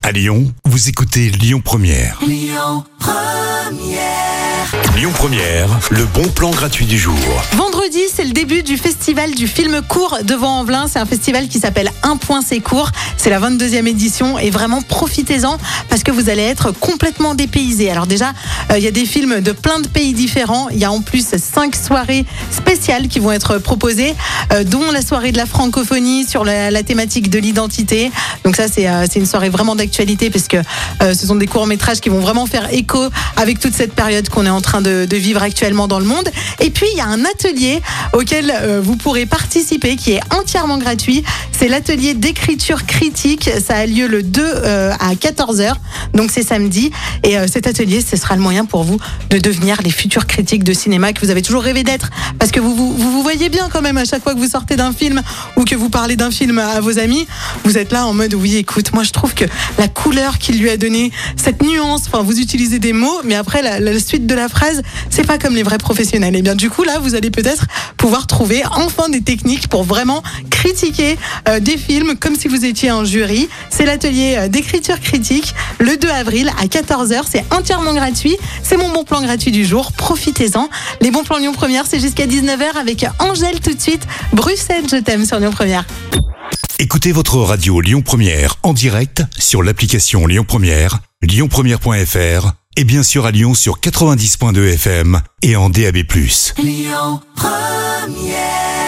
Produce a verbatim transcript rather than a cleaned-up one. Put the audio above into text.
À Lyon, vous écoutez Lyon Première. Lyon Première. Lyon Première, le bon plan gratuit du jour. Vendredi, c'est le début du festival du film court de Vaux-en-Velin. C'est un festival qui s'appelle Un point c'est court. C'est la vingt-deuxième édition et vraiment profitez-en parce que vous allez être complètement dépaysés. Alors déjà, il euh, y a des films de plein de pays différents. Il y a en plus cinq soirées spéciales qui vont être proposées, euh, dont la soirée de la francophonie sur la, la thématique de l'identité. Donc ça, c'est, euh, c'est une soirée vraiment d'actualité parce que euh, ce sont des courts-métrages qui vont vraiment faire écho avec toute cette période qu'on est en train de, de vivre actuellement dans le monde. Et puis, il y a un atelier auquel euh, vous pourrez participer qui est entièrement gratuit. C'est l'atelier d'écriture critique. Ça a lieu le deux euh, à quatorze heures. Donc, c'est samedi. Et euh, cet atelier, ce sera le moyen pour vous de devenir les futurs critiques de cinéma que vous avez toujours rêvé d'être. Parce que vous vous, vous vous voyez bien quand même à chaque fois que vous sortez d'un film ou que vous parlez d'un film à vos amis. Vous êtes là en mode, oui, écoute, moi, je trouve que la couleur qu'il lui a donnée, cette nuance, enfin, vous utilisez des mots, mais après, la, la suite de la phrase, c'est pas comme les vrais professionnels. Et bien, du coup, là, vous allez peut-être pouvoir trouver enfin des techniques pour vraiment critiquer euh, des films comme si vous étiez en jury. C'est l'atelier euh, d'écriture critique le deux avril à quatorze heures. C'est entièrement gratuit. C'est mon bon plan gratuit du jour. Profitez-en. Les bons plans Lyon Première, c'est jusqu'à dix-neuf heures avec Angèle tout de suite. Bruxelles, je t'aime sur Lyon Première. Écoutez votre radio Lyon Première en direct sur l'application Lyon Première, lyon première point f r et bien sûr à Lyon sur quatre-vingt-dix point deux F M et en D A B plus. Lyon Première.